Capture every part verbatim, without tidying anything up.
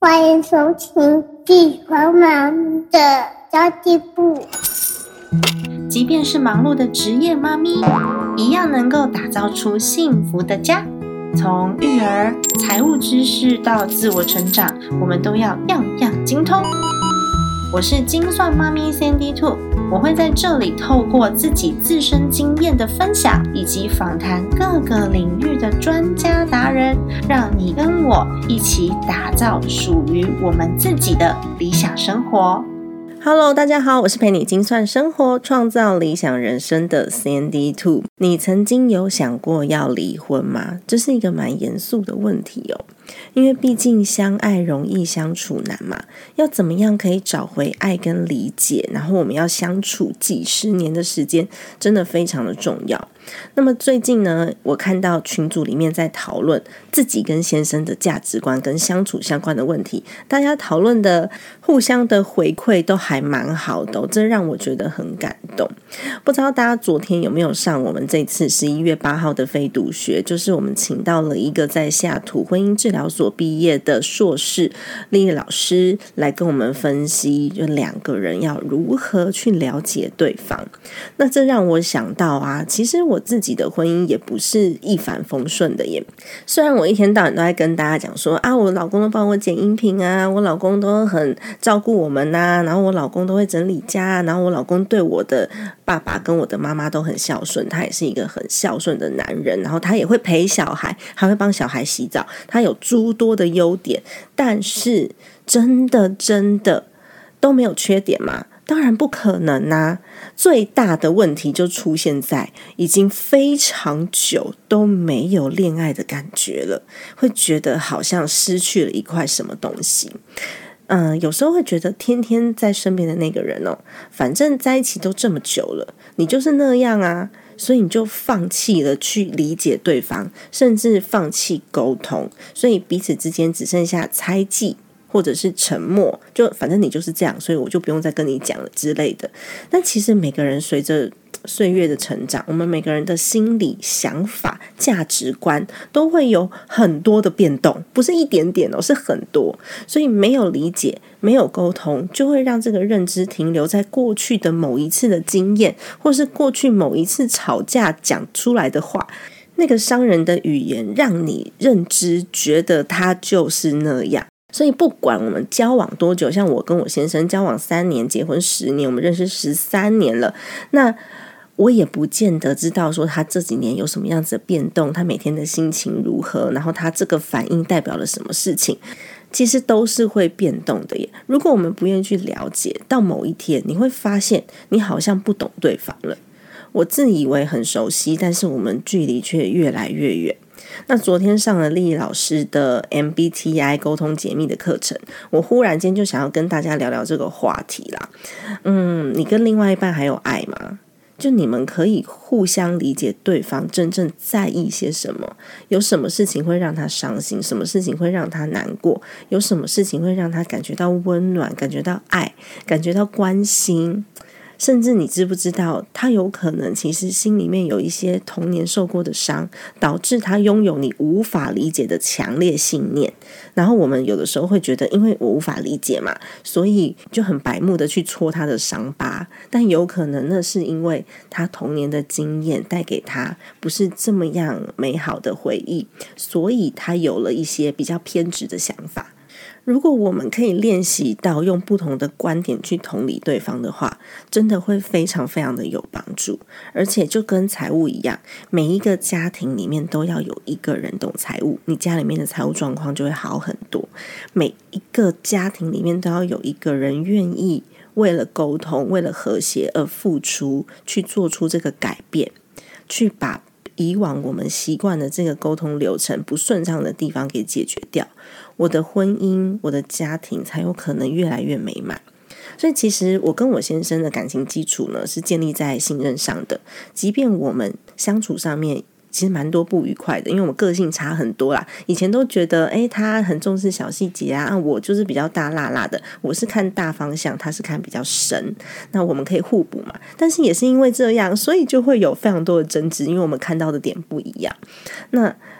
欢迎收听地黄妈咪的交际部。 即便是忙碌的职业妈咪，一样能够打造出幸福的家。从育儿、财务知识到自我成长，我们都要样样精通。我是精算妈咪 Sandy Two， 我会在这里透过自己自身经验的分享，以及访谈各个领域的专家达人，让你跟我一起打造属于我们自己的理想生活。Hello， 大家好，我是陪你精算生活、创造理想人生的 Sandy Two。你曾经有想过要离婚吗？这是一个蛮严肃的问题哦。因为毕竟相爱容易相处难嘛，要怎么样可以找回爱跟理解，然后我们要相处几十年的时间，真的非常的重要。那么最近呢，我看到群组里面在讨论自己跟先生的价值观跟相处相关的问题，大家讨论的互相的回馈都还蛮好的哦，这让我觉得很感动。不知道大家昨天有没有上我们这次十一月八号的非读学，就是我们请到了一个在西雅图婚姻治疗所毕业的硕士丽丽老师来跟我们分析，就两个人要如何去了解对方。那这让我想到啊，其实我自己的婚姻也不是一帆风顺的耶。虽然我一天到晚都在跟大家讲说啊，我老公都帮我剪音频啊，我老公都很照顾我们啊，然后我老公都会整理家啊，然后我老公对我的爸爸跟我的妈妈都很孝顺，他也是一个很孝顺的男人，然后他也会陪小孩，还会帮小孩洗澡，他有诸多的优点，但是真的真的都没有缺点吗？当然不可能啊。最大的问题就出现在已经非常久都没有恋爱的感觉了，会觉得好像失去了一块什么东西。嗯，有时候会觉得天天在身边的那个人哦，反正在一起都这么久了，你就是那样啊，所以你就放弃了去理解对方，甚至放弃沟通，所以彼此之间只剩下猜忌或者是沉默，就反正你就是这样，所以我就不用再跟你讲了之类的。但其实每个人随着岁月的成长，我们每个人的心理想法价值观都会有很多的变动，不是一点点哦，是很多。所以没有理解，没有沟通，就会让这个认知停留在过去的某一次的经验，或是过去某一次吵架讲出来的话，那个伤人的语言让你认知觉得他就是那样。所以不管我们交往多久，像我跟我先生交往三年，结婚十年，我们认识十三年了，那我也不见得知道说他这几年有什么样子的变动，他每天的心情如何，然后他这个反应代表了什么事情，其实都是会变动的耶。如果我们不愿意去了解，到某一天你会发现你好像不懂对方了。我自以为很熟悉，但是我们距离却越来越远。那昨天上了丽丽老师的 M B T I 沟通解密的课程，我忽然间就想要跟大家聊聊这个话题啦。嗯，你跟另外一半还有爱吗？就你们可以互相理解对方真正在意些什么，有什么事情会让他伤心，什么事情会让他难过，有什么事情会让他感觉到温暖，感觉到爱，感觉到关心。甚至你知不知道他有可能其实心里面有一些童年受过的伤，导致他拥有你无法理解的强烈信念。然后我们有的时候会觉得因为我无法理解嘛，所以就很白目的去戳他的伤疤，但有可能那是因为他童年的经验带给他不是这么样美好的回忆，所以他有了一些比较偏执的想法。如果我们可以练习到用不同的观点去同理对方的话，真的会非常非常的有帮助。而且就跟财务一样，每一个家庭里面都要有一个人懂财务，你家里面的财务状况就会好很多。每一个家庭里面都要有一个人愿意为了沟通，为了和谐而付出，去做出这个改变，去把以往我们习惯的这个沟通流程不顺畅的地方给解决掉，我的婚姻，我的家庭才有可能越来越美满。所以其实我跟我先生的感情基础呢，是建立在信任上的，即便我们相处上面其实蛮多不愉快的，因为我们个性差很多啦。以前都觉得诶他很重视小细节啊，我就是比较大辣辣的，我是看大方向，他是看比较深，那我们可以互补嘛。但是也是因为这样，所以就会有非常多的争执，因为我们看到的点不一样。那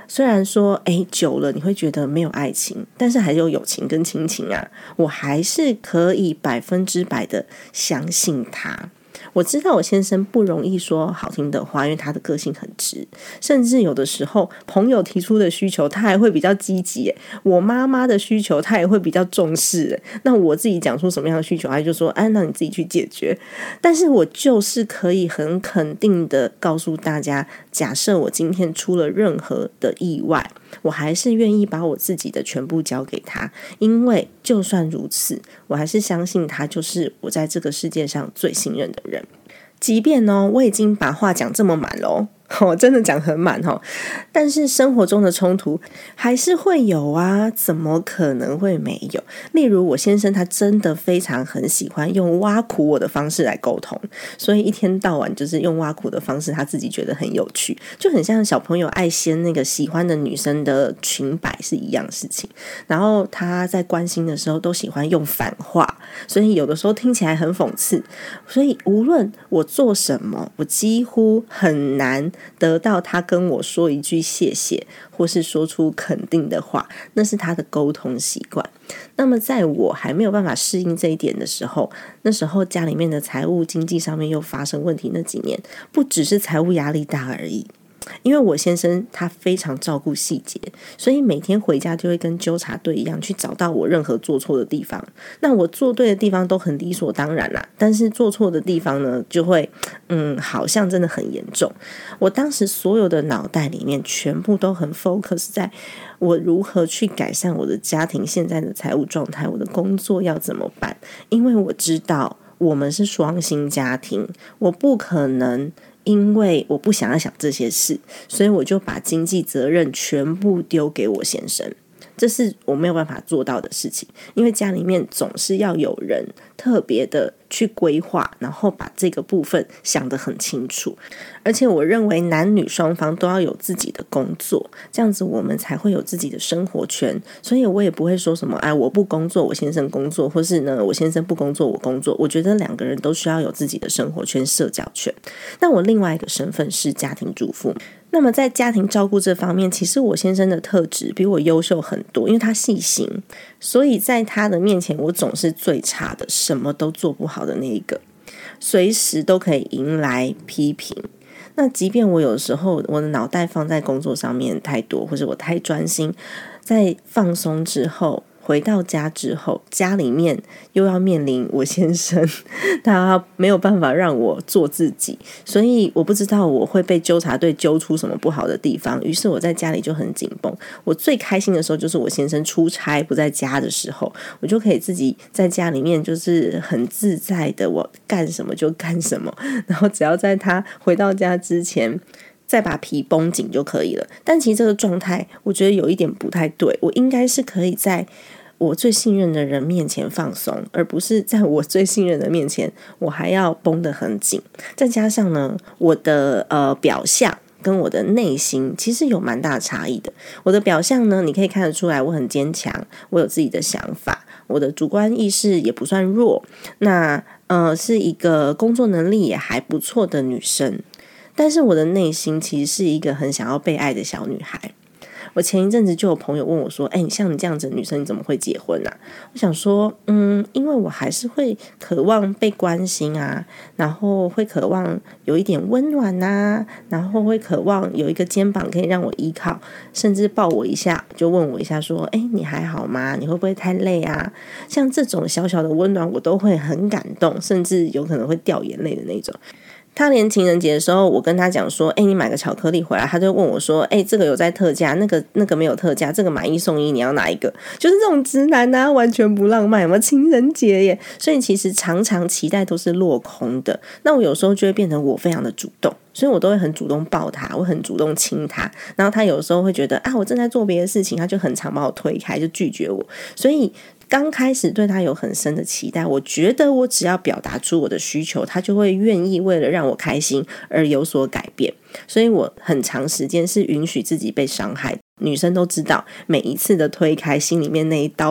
虽然说诶久了你会觉得没有爱情，但是还有友情跟亲情啊，我还是可以百分之百的相信他。我知道我先生不容易说好听的话，因为他的个性很直，甚至有的时候朋友提出的需求他还会比较积极，我妈妈的需求他也会比较重视，那我自己讲出什么样的需求他就说哎，那你自己去解决。但是我就是可以很肯定的告诉大家，假设我今天出了任何的意外，我还是愿意把我自己的全部交给他，因为就算如此，我还是相信他就是我在这个世界上最信任的人。即便呢，我已经把话讲这么满了哦，真的讲很满哦，但是生活中的冲突还是会有啊，怎么可能会没有？例如我先生他真的非常很喜欢用挖苦我的方式来沟通，所以一天到晚就是用挖苦的方式，他自己觉得很有趣，就很像小朋友爱掀那个喜欢的女生的裙摆是一样的事情。然后他在关心的时候都喜欢用反话，所以有的时候听起来很讽刺，所以无论我做什么，我几乎很难得到他跟我说一句谢谢，或是说出肯定的话，那是他的沟通习惯。那么在我还没有办法适应这一点的时候，那时候家里面的财务经济上面又发生问题，那几年不只是财务压力大而已，因为我先生他非常照顾细节，所以每天回家就会跟纠察队一样去找到我任何做错的地方。那我做对的地方都很理所当然啦，但是做错的地方呢，就会嗯，好像真的很严重。我当时所有的脑袋里面全部都很 focus 在我如何去改善我的家庭现在的财务状态，我的工作要怎么办，因为我知道我们是双薪家庭，我不可能因为我不想要想这些事，所以我就把经济责任全部丢给我先生，这是我没有办法做到的事情，因为家里面总是要有人特别的去规划，然后把这个部分想得很清楚。而且我认为男女双方都要有自己的工作，这样子我们才会有自己的生活圈。所以我也不会说什么哎，我不工作我先生工作，或是呢我先生不工作我工作。我觉得两个人都需要有自己的生活圈、社交圈。那我另外一个身份是家庭主妇，那么在家庭照顾这方面，其实我先生的特质比我优秀很多，因为他细心，所以在他的面前我总是最差的，什么都做不好的那一个，随时都可以迎来批评。那即便我有时候我的脑袋放在工作上面太多，或者我太专心，在放松之后，回到家之后，家里面又要面临我先生他没有办法让我做自己，所以我不知道我会被纠察队揪出什么不好的地方，于是我在家里就很紧绷。我最开心的时候就是我先生出差不在家的时候，我就可以自己在家里面就是很自在的，我干什么就干什么，然后只要在他回到家之前再把皮绷紧就可以了。但其实这个状态我觉得有一点不太对，我应该是可以在我最信任的人面前放松，而不是在我最信任的面前我还要绷得很紧。再加上呢，我的呃表象跟我的内心其实有蛮大的差异的。我的表象呢，你可以看得出来我很坚强，我有自己的想法，我的主观意识也不算弱，那呃是一个工作能力也还不错的女生。但是我的内心其实是一个很想要被爱的小女孩。我前一阵子就有朋友问我说，哎，像你这样子的女生你怎么会结婚啊？我想说嗯，因为我还是会渴望被关心啊，然后会渴望有一点温暖啊，然后会渴望有一个肩膀可以让我依靠，甚至抱我一下就问我一下说，哎，你还好吗？你会不会太累啊？像这种小小的温暖我都会很感动，甚至有可能会掉眼泪的那种。他连情人节的时候我跟他讲说，哎，你买个巧克力回来，他就问我说，哎，这个有在特价，那个那个没有特价，这个买一送一，你要哪一个？就是这种直男啊，完全不浪漫，有没有情人节耶？所以其实常常期待都是落空的。那我有时候就会变成我非常的主动，所以我都会很主动抱他，我很主动亲他，然后他有时候会觉得啊，我正在做别的事情，他就很常把我推开，就拒绝我。所以刚开始对他有很深的期待，我觉得我只要表达出我的需求，他就会愿意为了让我开心而有所改变。所以我很长时间是允许自己被伤害。女生都知道，每一次的推开，心里面那一刀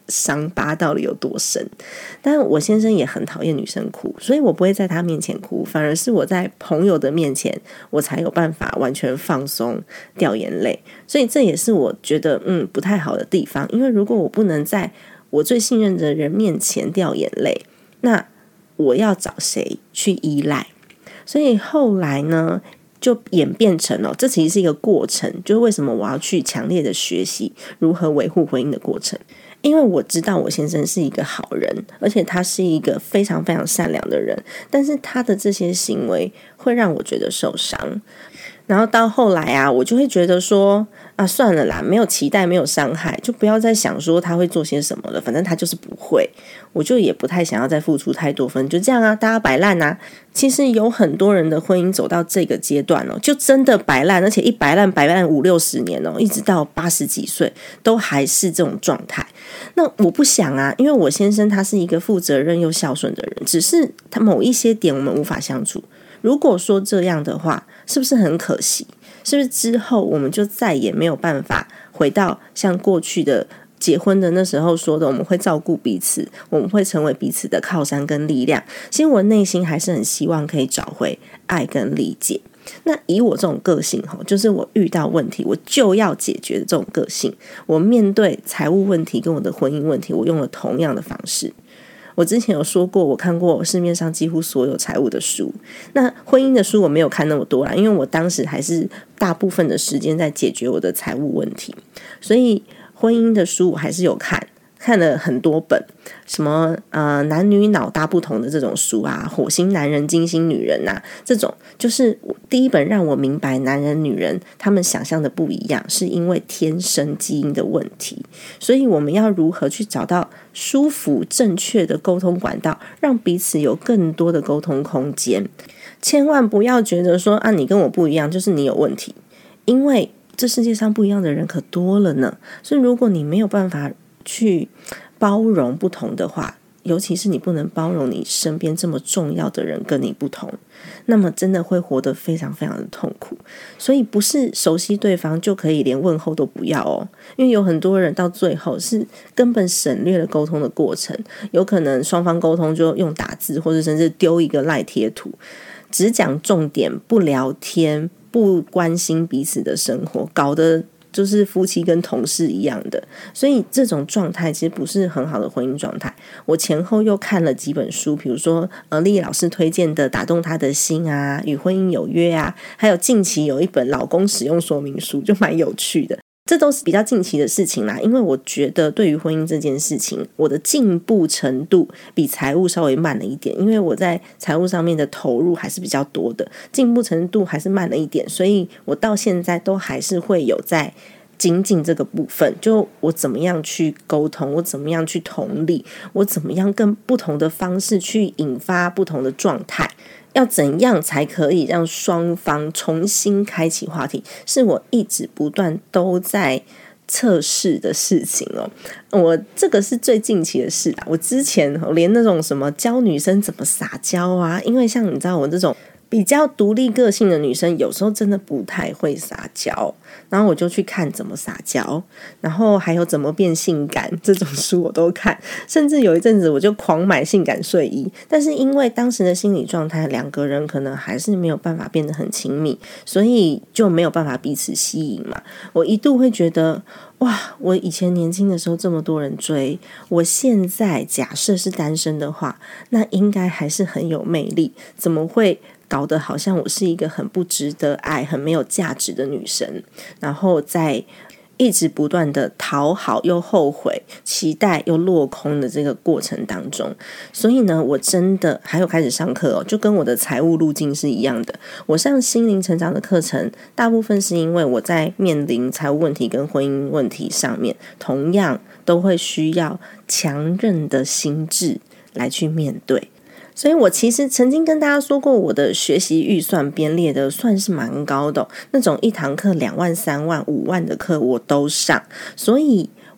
伤疤到底有多深。但我先生也很讨厌女生哭，所以我不会在他面前哭，反而是我在朋友的面前我才有办法完全放松掉眼泪。所以这也是我觉得嗯不太好的地方，因为如果我不能在我最信任的人面前掉眼泪，那我要找谁去依赖？所以后来呢就演变成了、哦、这其实是一个过程，就是为什么我要去强烈的学习如何维护婚姻的过程。因为我知道我先生是一个好人，而且他是一个非常非常善良的人，但是他的这些行为会让我觉得受伤。然后到后来啊，我就会觉得说啊，算了啦，没有期待，没有伤害，就不要再想说他会做些什么了，反正他就是不会，我就也不太想要再付出太多分，就这样啊，大家摆烂啊。其实有很多人的婚姻走到这个阶段哦，就真的摆烂，而且一摆烂摆烂五六十年哦，一直到八十几岁都还是这种状态。那我不想啊，因为我先生他是一个负责任又孝顺的人，只是他某一些点我们无法相处。如果说这样的话，是不是很可惜？是不是之后我们就再也没有办法回到像过去的结婚的那时候说的，我们会照顾彼此，我们会成为彼此的靠山跟力量？其实我内心还是很希望可以找回爱跟理解。那以我这种个性，就是我遇到问题我就要解决的这种个性，我面对财务问题跟我的婚姻问题，我用了同样的方式。我之前有说过，我看过市面上几乎所有财务的书，那婚姻的书我没有看那么多啦，因为我当时还是大部分的时间在解决我的财务问题，所以婚姻的书我还是有看，看了很多本，什么呃男女脑大不同的这种书啊，火星男人金星女人啊，这种就是第一本让我明白男人女人他们想象的不一样，是因为天生基因的问题。所以我们要如何去找到舒服正确的沟通管道，让彼此有更多的沟通空间。千万不要觉得说啊你跟我不一样就是你有问题，因为这世界上不一样的人可多了呢。所以如果你没有办法去包容不同的话，尤其是你不能包容你身边这么重要的人跟你不同，那么真的会活得非常非常的痛苦。所以不是熟悉对方就可以连问候都不要哦，因为有很多人到最后是根本省略了沟通的过程，有可能双方沟通就用打字，或者甚至丢一个赖贴图，只讲重点不聊天，不关心彼此的生活，搞得就是夫妻跟同事一样的。所以这种状态其实不是很好的婚姻状态。我前后又看了几本书，比如说呃丽老师推荐的打动他的心啊，与婚姻有约啊，还有近期有一本老公使用说明书，就蛮有趣的。这都是比较近期的事情啦，因为我觉得对于婚姻这件事情，我的进步程度比财务稍微慢了一点，因为我在财务上面的投入还是比较多的，进步程度还是慢了一点，所以我到现在都还是会有在精进这个部分，就我怎么样去沟通，我怎么样去同理，我怎么样跟不同的方式去引发不同的状态，要怎样才可以让双方重新开启话题，是我一直不断都在测试的事情哦。我这个是最近期的事啦，我之前连那种什么教女生怎么撒娇啊，因为像你知道我这种比较独立个性的女生有时候真的不太会撒娇，然后我就去看怎么撒娇，然后还有怎么变性感这种书我都看，甚至有一阵子我就狂买性感睡衣，但是因为当时的心理状态两个人可能还是没有办法变得很亲密，所以就没有办法彼此吸引嘛。我一度会觉得哇，我以前年轻的时候这么多人追，我现在假设是单身的话，那应该还是很有魅力，怎么会搞得好像我是一个很不值得爱、很没有价值的女生，然后在一直不断的讨好又后悔、期待又落空的这个过程当中。所以呢，我真的还有开始上课哦，就跟我的财务路径是一样的。我上心灵成长的课程，大部分是因为我在面临财务问题跟婚姻问题上面，同样都会需要强韧的心智来去面对。所以我其实曾经跟大家说过，我的学习预算编列的算是蛮高的哦，那种一堂课两万、三万、五万的课我都上，所以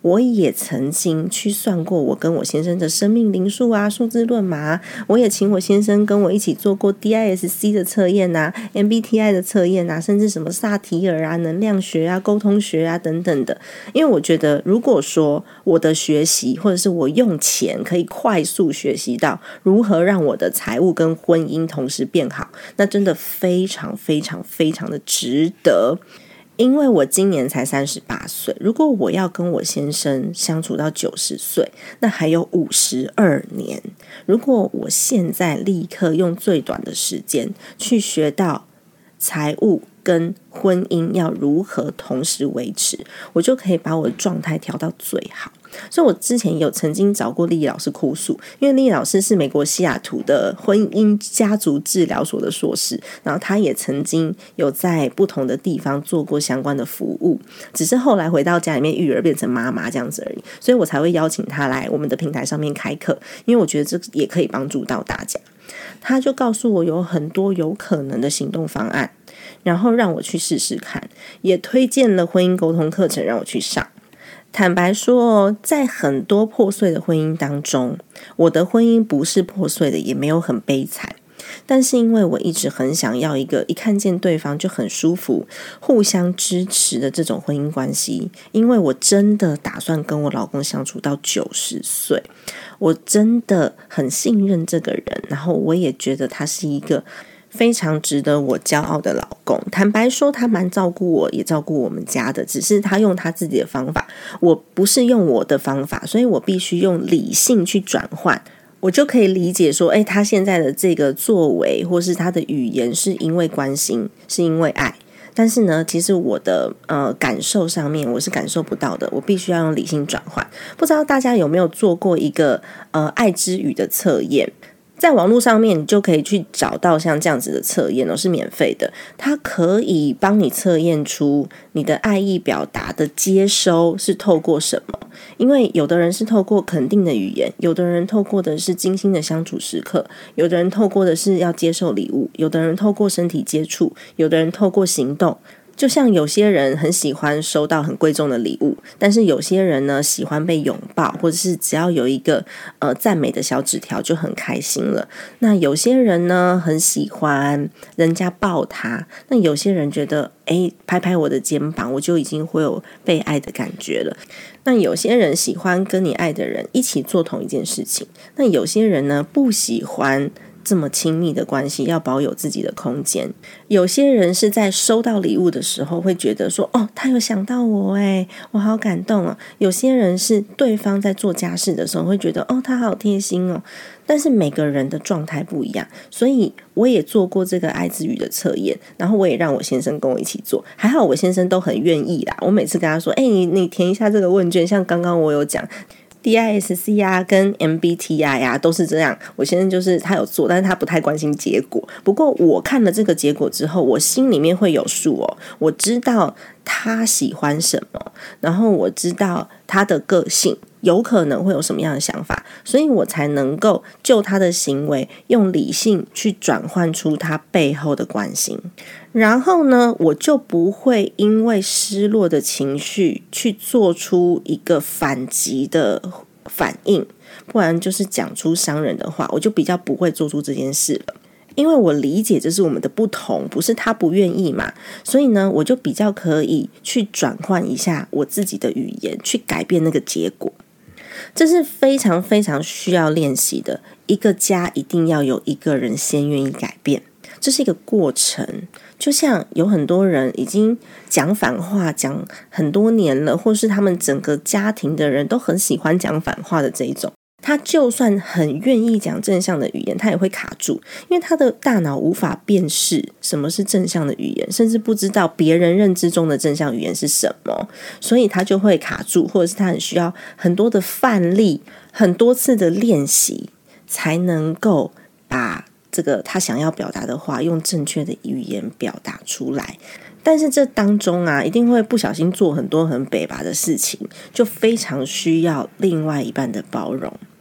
我也曾经去算过我跟我先生的生命灵数啊、数字论码啊，我也请我先生跟我一起做过 D I S C 的测验啊、M B T I 的测验啊，甚至什么萨提尔啊、能量学啊、沟通学啊等等的。因为我觉得如果说我的学习或者是我用钱可以快速学习到如何让我的财务跟婚姻同时变好，那真的非常非常非常的值得。因为我今年才三十八岁，如果我要跟我先生相处到九十岁，那还有五十二年。如果我现在立刻用最短的时间去学到财务跟婚姻要如何同时维持，我就可以把我的状态调到最好。所以我之前有曾经找过丽丽老师哭诉，因为丽丽老师是美国西雅图的婚姻家族治疗所的硕士，然后她也曾经有在不同的地方做过相关的服务，只是后来回到家里面育儿变成妈妈这样子而已，所以我才会邀请她来我们的平台上面开课，因为我觉得这也可以帮助到大家。她就告诉我有很多有可能的行动方案，然后让我去试试看，也推荐了婚姻沟通课程让我去上。坦白说，在很多破碎的婚姻当中，我的婚姻不是破碎的，也没有很悲惨，但是因为我一直很想要一个一看见对方就很舒服、互相支持的这种婚姻关系，因为我真的打算跟我老公相处到九十岁，我真的很信任这个人，然后我也觉得他是一个非常值得我骄傲的老公。坦白说，他蛮照顾我，也照顾我们家的，只是他用他自己的方法，我不是用我的方法，所以我必须用理性去转换，我就可以理解说，诶，他现在的这个作为或是他的语言是因为关心，是因为爱，但是呢，其实我的呃感受上面我是感受不到的，我必须要用理性转换。不知道大家有没有做过一个呃爱之语的测验？在网络上面你就可以去找到像这样子的测验哦，是免费的，它可以帮你测验出你的爱意表达的接收是透过什么。因为有的人是透过肯定的语言，有的人透过的是精心的相处时刻，有的人透过的是要接受礼物，有的人透过身体接触，有的人透过行动。就像有些人很喜欢收到很贵重的礼物，但是有些人呢喜欢被拥抱，或者是只要有一个呃赞美的小纸条就很开心了。那有些人呢很喜欢人家抱他，那有些人觉得诶拍拍我的肩膀我就已经会有被爱的感觉了。那有些人喜欢跟你爱的人一起做同一件事情，那有些人呢不喜欢这么亲密的关系，要保有自己的空间。有些人是在收到礼物的时候会觉得说，哦，他有想到我耶，我好感动哦。有些人是对方在做家事的时候会觉得，哦，他好贴心哦。但是每个人的状态不一样，所以我也做过这个爱之语的测验，然后我也让我先生跟我一起做，还好我先生都很愿意啦。我每次跟他说，哎，你你填一下这个问卷，像刚刚我有讲D I S C 啊跟 M B T I 啊都是这样，我先生就是他有做，但是他不太关心结果。不过我看了这个结果之后，我心里面会有数哦，我知道他喜欢什么，然后我知道他的个性有可能会有什么样的想法，所以我才能够就他的行为用理性去转换出他背后的关心。然后呢，我就不会因为失落的情绪去做出一个反击的反应，不然就是讲出伤人的话，我就比较不会做出这件事了。因为我理解这是我们的不同，不是他不愿意嘛，所以呢，我就比较可以去转换一下我自己的语言，去改变那个结果。这是非常非常需要练习的，一个家一定要有一个人先愿意改变，这是一个过程。就像有很多人已经讲反话讲很多年了，或是他们整个家庭的人都很喜欢讲反话的这一种，他就算很愿意讲正向的语言，他也会卡住，因为他的大脑无法辨识什么是正向的语言，甚至不知道别人认知中的正向语言是什么，所以他就会卡住，或者是他很需要很多的范例，很多次的练习，才能够把这个他想要表达的话用正确的语言表达出来。但是这当中啊，一定会不小心做很多很北吧的事情，就非常需要另外一半的包容。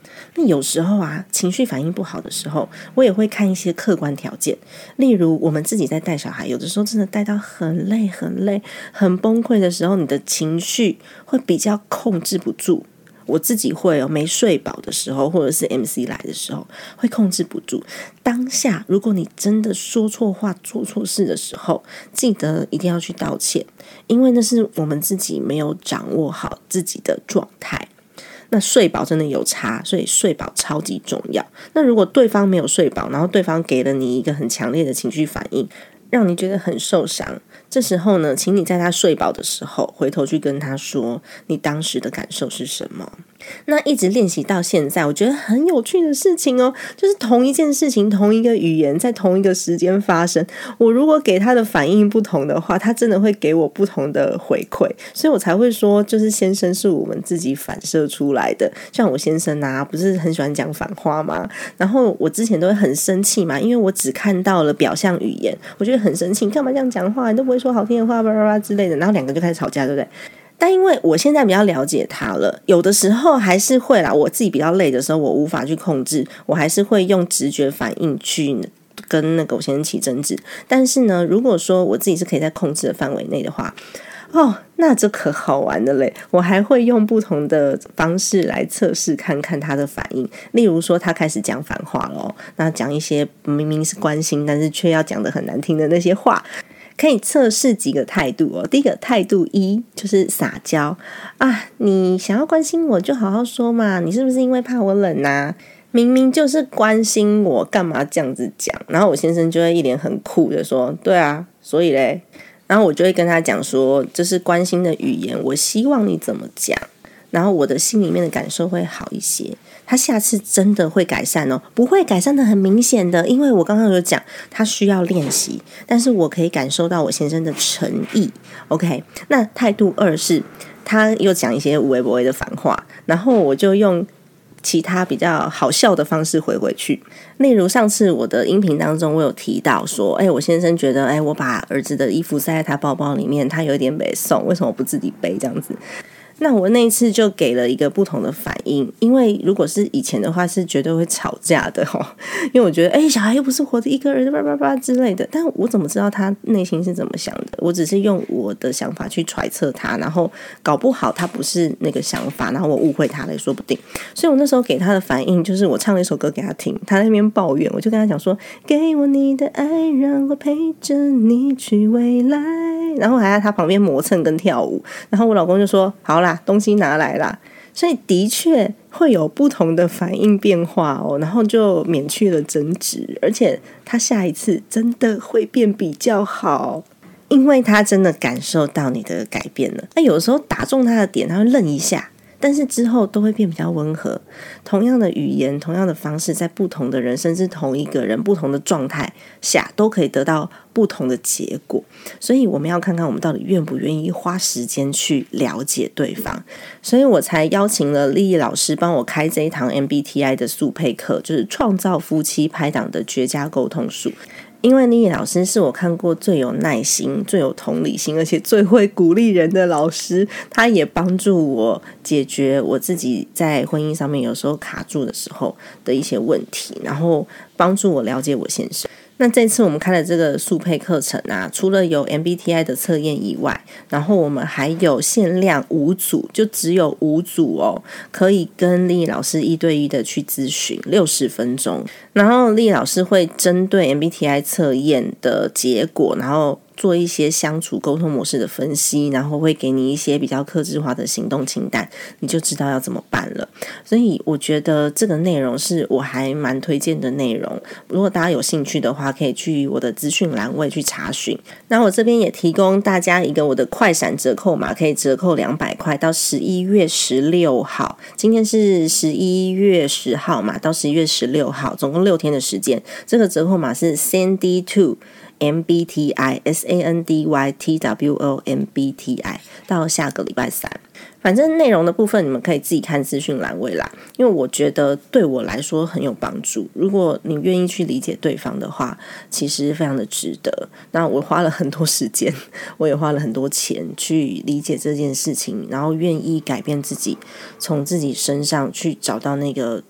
那有时候啊，情绪反应不好的时候，我也会看一些客观条件，例如我们自己在带小孩，有的时候真的带到很累很累很崩溃的时候，你的情绪会比较控制不住。我自己会哦，没睡饱的时候，或者是 M C 来的时候，会控制不住。当下如果你真的说错话、做错事的时候，记得一定要去道歉，因为那是我们自己没有掌握好自己的状态。那睡饱真的有差，所以睡饱超级重要。那如果对方没有睡饱，然后对方给了你一个很强烈的情绪反应，让你觉得很受伤，这时候呢，请你在他睡饱的时候回头去跟他说你当时的感受是什么。那一直练习到现在，我觉得很有趣的事情哦，就是同一件事情同一个语言在同一个时间发生，我如果给他的反应不同的话，他真的会给我不同的回馈，所以我才会说就是先生是我们自己反射出来的。像我先生啊，不是很喜欢讲反话吗？然后我之前都会很生气嘛，因为我只看到了表象语言，我觉得很生气，你干嘛这样讲话，你都不会说好听的话巴拉巴拉之类的，然后两个就开始吵架，对不对？但因为我现在比较了解他了，有的时候还是会啦，我自己比较累的时候，我无法去控制，我还是会用直觉反应去跟那个我先生起争执。但是呢，如果说我自己是可以在控制的范围内的话，哦，那这可好玩的嘞！我还会用不同的方式来测试看看他的反应。例如说，他开始讲反话了，那讲一些明明是关心，但是却要讲得很难听的那些话。可以测试几个态度哦。第一个态度一就是撒娇啊，你想要关心我就好好说嘛，你是不是因为怕我冷啊？明明就是关心我，干嘛这样子讲？然后我先生就会一脸很酷的说，对啊，所以嘞，然后我就会跟他讲说，这是关心的语言，我希望你怎么讲，然后我的心里面的感受会好一些。他下次真的会改善哦，不会改善的很明显的，因为我刚刚有讲他需要练习，但是我可以感受到我先生的诚意。 OK， 那态度二是他又讲一些有的没的反话，然后我就用其他比较好笑的方式回回去。例如上次我的音频当中我有提到说，哎，我先生觉得哎，我把儿子的衣服塞在他包包里面，他有一点没送，为什么不自己背这样子？那我那一次就给了一个不同的反应，因为如果是以前的话是绝对会吵架的哦，因为我觉得哎，小孩又不是活着一个人叭叭叭之类的，但我怎么知道他内心是怎么想的？我只是用我的想法去揣测他，然后搞不好他不是那个想法，然后我误会他了也说不定。所以我那时候给他的反应就是我唱了一首歌给他听，他在那边抱怨，我就跟他讲说，给我你的爱，让我陪着你去未来，然后还在他旁边磨蹭跟跳舞，然后我老公就说好啦，东西拿来啦。所以的确会有不同的反应变化哦，然后就免去了争执，而且他下一次真的会变比较好，因为他真的感受到你的改变了。那有时候打中他的点，他会愣一下，但是之后都会变比较温和。同样的语言，同样的方式，在不同的人甚至同一个人不同的状态下都可以得到不同的结果。所以我们要看看我们到底愿不愿意花时间去了解对方。所以我才邀请了丽丽老师帮我开这一堂 M B T I 的速配课，就是创造夫妻拍档的绝佳沟通术。因为丽丽老师是我看过最有耐心、最有同理心，而且最会鼓励人的老师，她也帮助我解决我自己在婚姻上面有时候卡住的时候的一些问题，然后帮助我了解我先生。那这次我们开的这个速配课程啊，除了有 M B T I 的测验以外，然后我们还有限量五组，就只有五组哦，可以跟丽老师一对一的去咨询六十分钟，然后丽老师会针对 M B T I 测验的结果，然后做一些相处沟通模式的分析，然后会给你一些比较客制化的行动清单，你就知道要怎么办了。所以我觉得这个内容是我还蛮推荐的内容，如果大家有兴趣的话，可以去我的资讯栏位去查询。那我这边也提供大家一个我的快闪折扣码，可以折扣两百块到十一月十六号，今天是十一月十号嘛，到十一月十六号，总共六天的时间。这个折扣码是 Sandy two M B T I S A N D Y T W O M B T I 到下个礼拜三。反正内容的部分你们可以自己看资讯栏位啦，因为我觉得对我来说很有帮助，如果你愿意去理解对方的话，其实非常的值得。那我花了很多时间，我也花了很多钱去理解这件事情，然后愿意改变自己，从自己身上去找到那个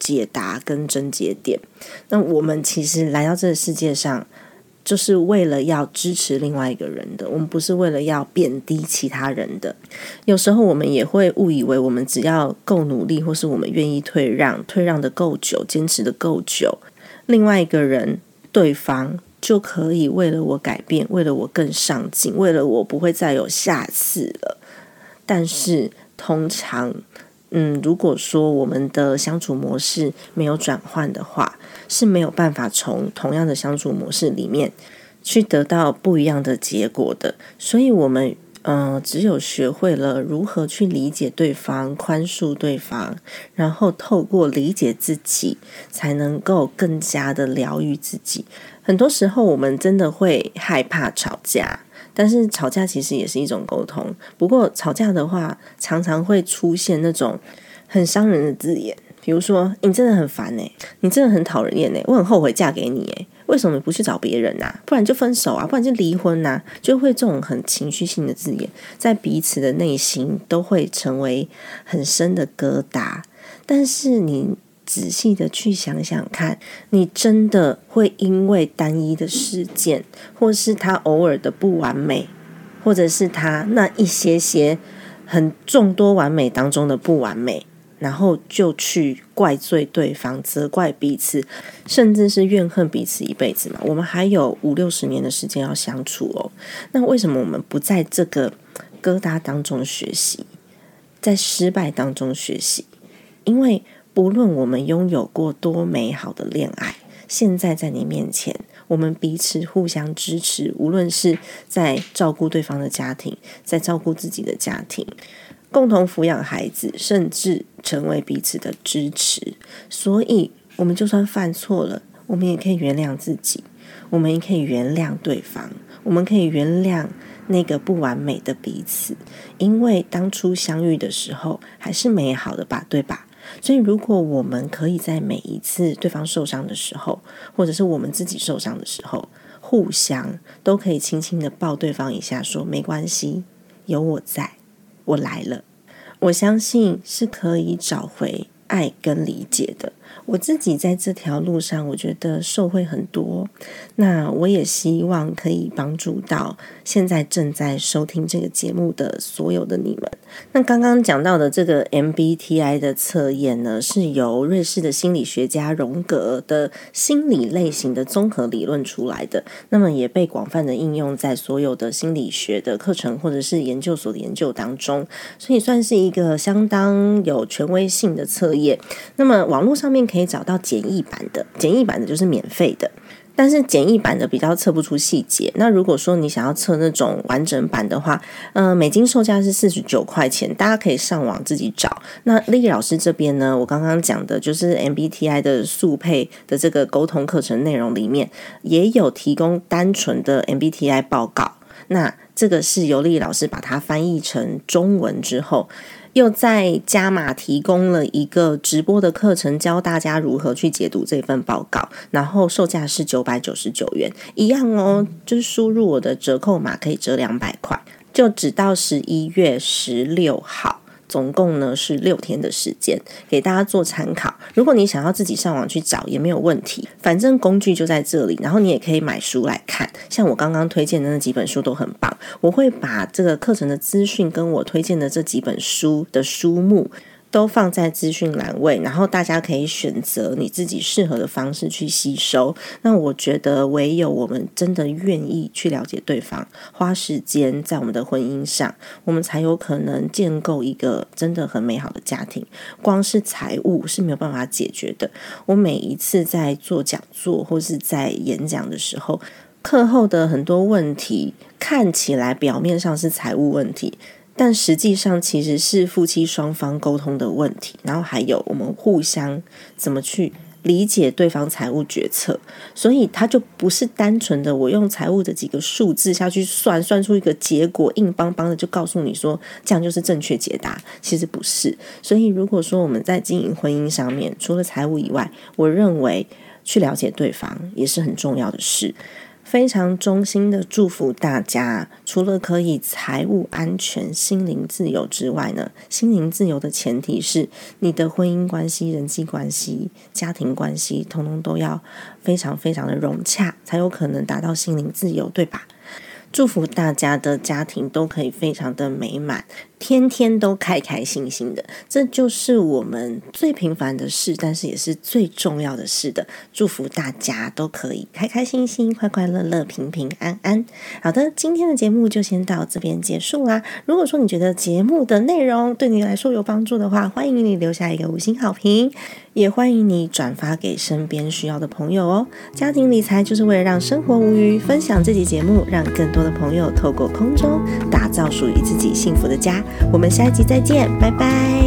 解答跟症结点。那我们其实来到这个世界上就是为了要支持另外一个人的，我们不是为了要贬低其他人的。有时候我们也会误以为我们只要够努力，或是我们愿意退让，退让的够久，坚持的够久，另外一个人对方就可以为了我改变，为了我更上进，为了我不会再有下次了。但是通常嗯，如果说我们的相处模式没有转换的话，是没有办法从同样的相处模式里面去得到不一样的结果的。所以我们呃，只有学会了如何去理解对方，宽恕对方，然后透过理解自己，才能够更加的疗愈自己。很多时候我们真的会害怕吵架，但是吵架其实也是一种沟通。不过吵架的话，常常会出现那种很伤人的字眼，比如说你真的很烦欸，你真的很讨人厌欸，我很后悔嫁给你欸，为什么你不去找别人啊？不然就分手啊，不然就离婚啊，就会这种很情绪性的字眼，在彼此的内心都会成为很深的疙瘩。但是你仔细的去想想看，你真的会因为单一的事件，或是他偶尔的不完美，或者是他那一些些很众多完美当中的不完美，然后就去怪罪对方，责怪彼此，甚至是怨恨彼此一辈子嘛？我们还有五六十年的时间要相处哦。那为什么我们不在这个疙瘩当中学习，在失败当中学习？因为不论我们拥有过多美好的恋爱，现在在你面前，我们彼此互相支持，无论是在照顾对方的家庭，在照顾自己的家庭，共同抚养孩子，甚至成为彼此的支持。所以我们就算犯错了，我们也可以原谅自己，我们也可以原谅对方，我们可以原谅那个不完美的彼此，因为当初相遇的时候还是美好的吧，对吧？所以如果我们可以在每一次对方受伤的时候，或者是我们自己受伤的时候，互相都可以轻轻的抱对方一下，说没关系，有我在，我来了。我相信是可以找回爱跟理解的。我自己在这条路上，我觉得受惠很多。那我也希望可以帮助到现在正在收听这个节目的所有的你们。那刚刚讲到的这个 M B T I 的测验呢，是由瑞士的心理学家荣格的心理类型的综合理论出来的，那么也被广泛的应用在所有的心理学的课程或者是研究所的研究当中，所以算是一个相当有权威性的测验。那么网络上面可以找到简易版的，简易版的就是免费的，但是简易版的比较测不出细节。那如果说你想要测那种完整版的话，呃，美金售价是四十九块钱，大家可以上网自己找。那丽丽老师这边呢，我刚刚讲的就是 M B T I 的速配的这个沟通课程内容里面，也有提供单纯的 M B T I 报告。那这个是由丽丽老师把它翻译成中文之后，又在加码提供了一个直播的课程，教大家如何去解读这份报告，然后售价是九百九十九元，一样哦，就是输入我的折扣码可以折两百块，就只到十一月十六号，总共呢是六天的时间，给大家做参考。如果你想要自己上网去找也没有问题，反正工具就在这里，然后你也可以买书来看，像我刚刚推荐的那几本书都很棒，我会把这个课程的资讯跟我推荐的这几本书的书目都放在资讯栏位，然后大家可以选择你自己适合的方式去吸收。那我觉得唯有我们真的愿意去了解对方，花时间在我们的婚姻上，我们才有可能建构一个真的很美好的家庭。光是财务是没有办法解决的。我每一次在做讲座或是在演讲的时候，课后的很多问题看起来表面上是财务问题，但实际上其实是夫妻双方沟通的问题，然后还有我们互相怎么去理解对方财务决策。所以它就不是单纯的我用财务的几个数字下去算，算出一个结果，硬邦邦的就告诉你说这样就是正确解答，其实不是。所以如果说我们在经营婚姻上面，除了财务以外，我认为去了解对方也是很重要的事。 非常衷心的祝福大家，除了可以财务安全、心灵自由之外呢，心灵自由的前提是你的婚姻关系、人际关系、家庭关系统统都要非常非常的融洽，才有可能达到心灵自由，对吧？祝福大家的家庭都可以非常的美满，天天都开开心心的，这就是我们最平凡的事，但是也是最重要的事的。祝福大家都可以开开心心、快快乐乐、平平安安。好的，今天的节目就先到这边结束啦。如果说你觉得节目的内容对你来说有帮助的话，欢迎你留下一个五星好评，也欢迎你转发给身边需要的朋友哦。家庭理财就是为了让生活无虞，分享这集节目，让更多的朋友透过空中打造属于自己幸福的家。我们下一集再见，拜拜。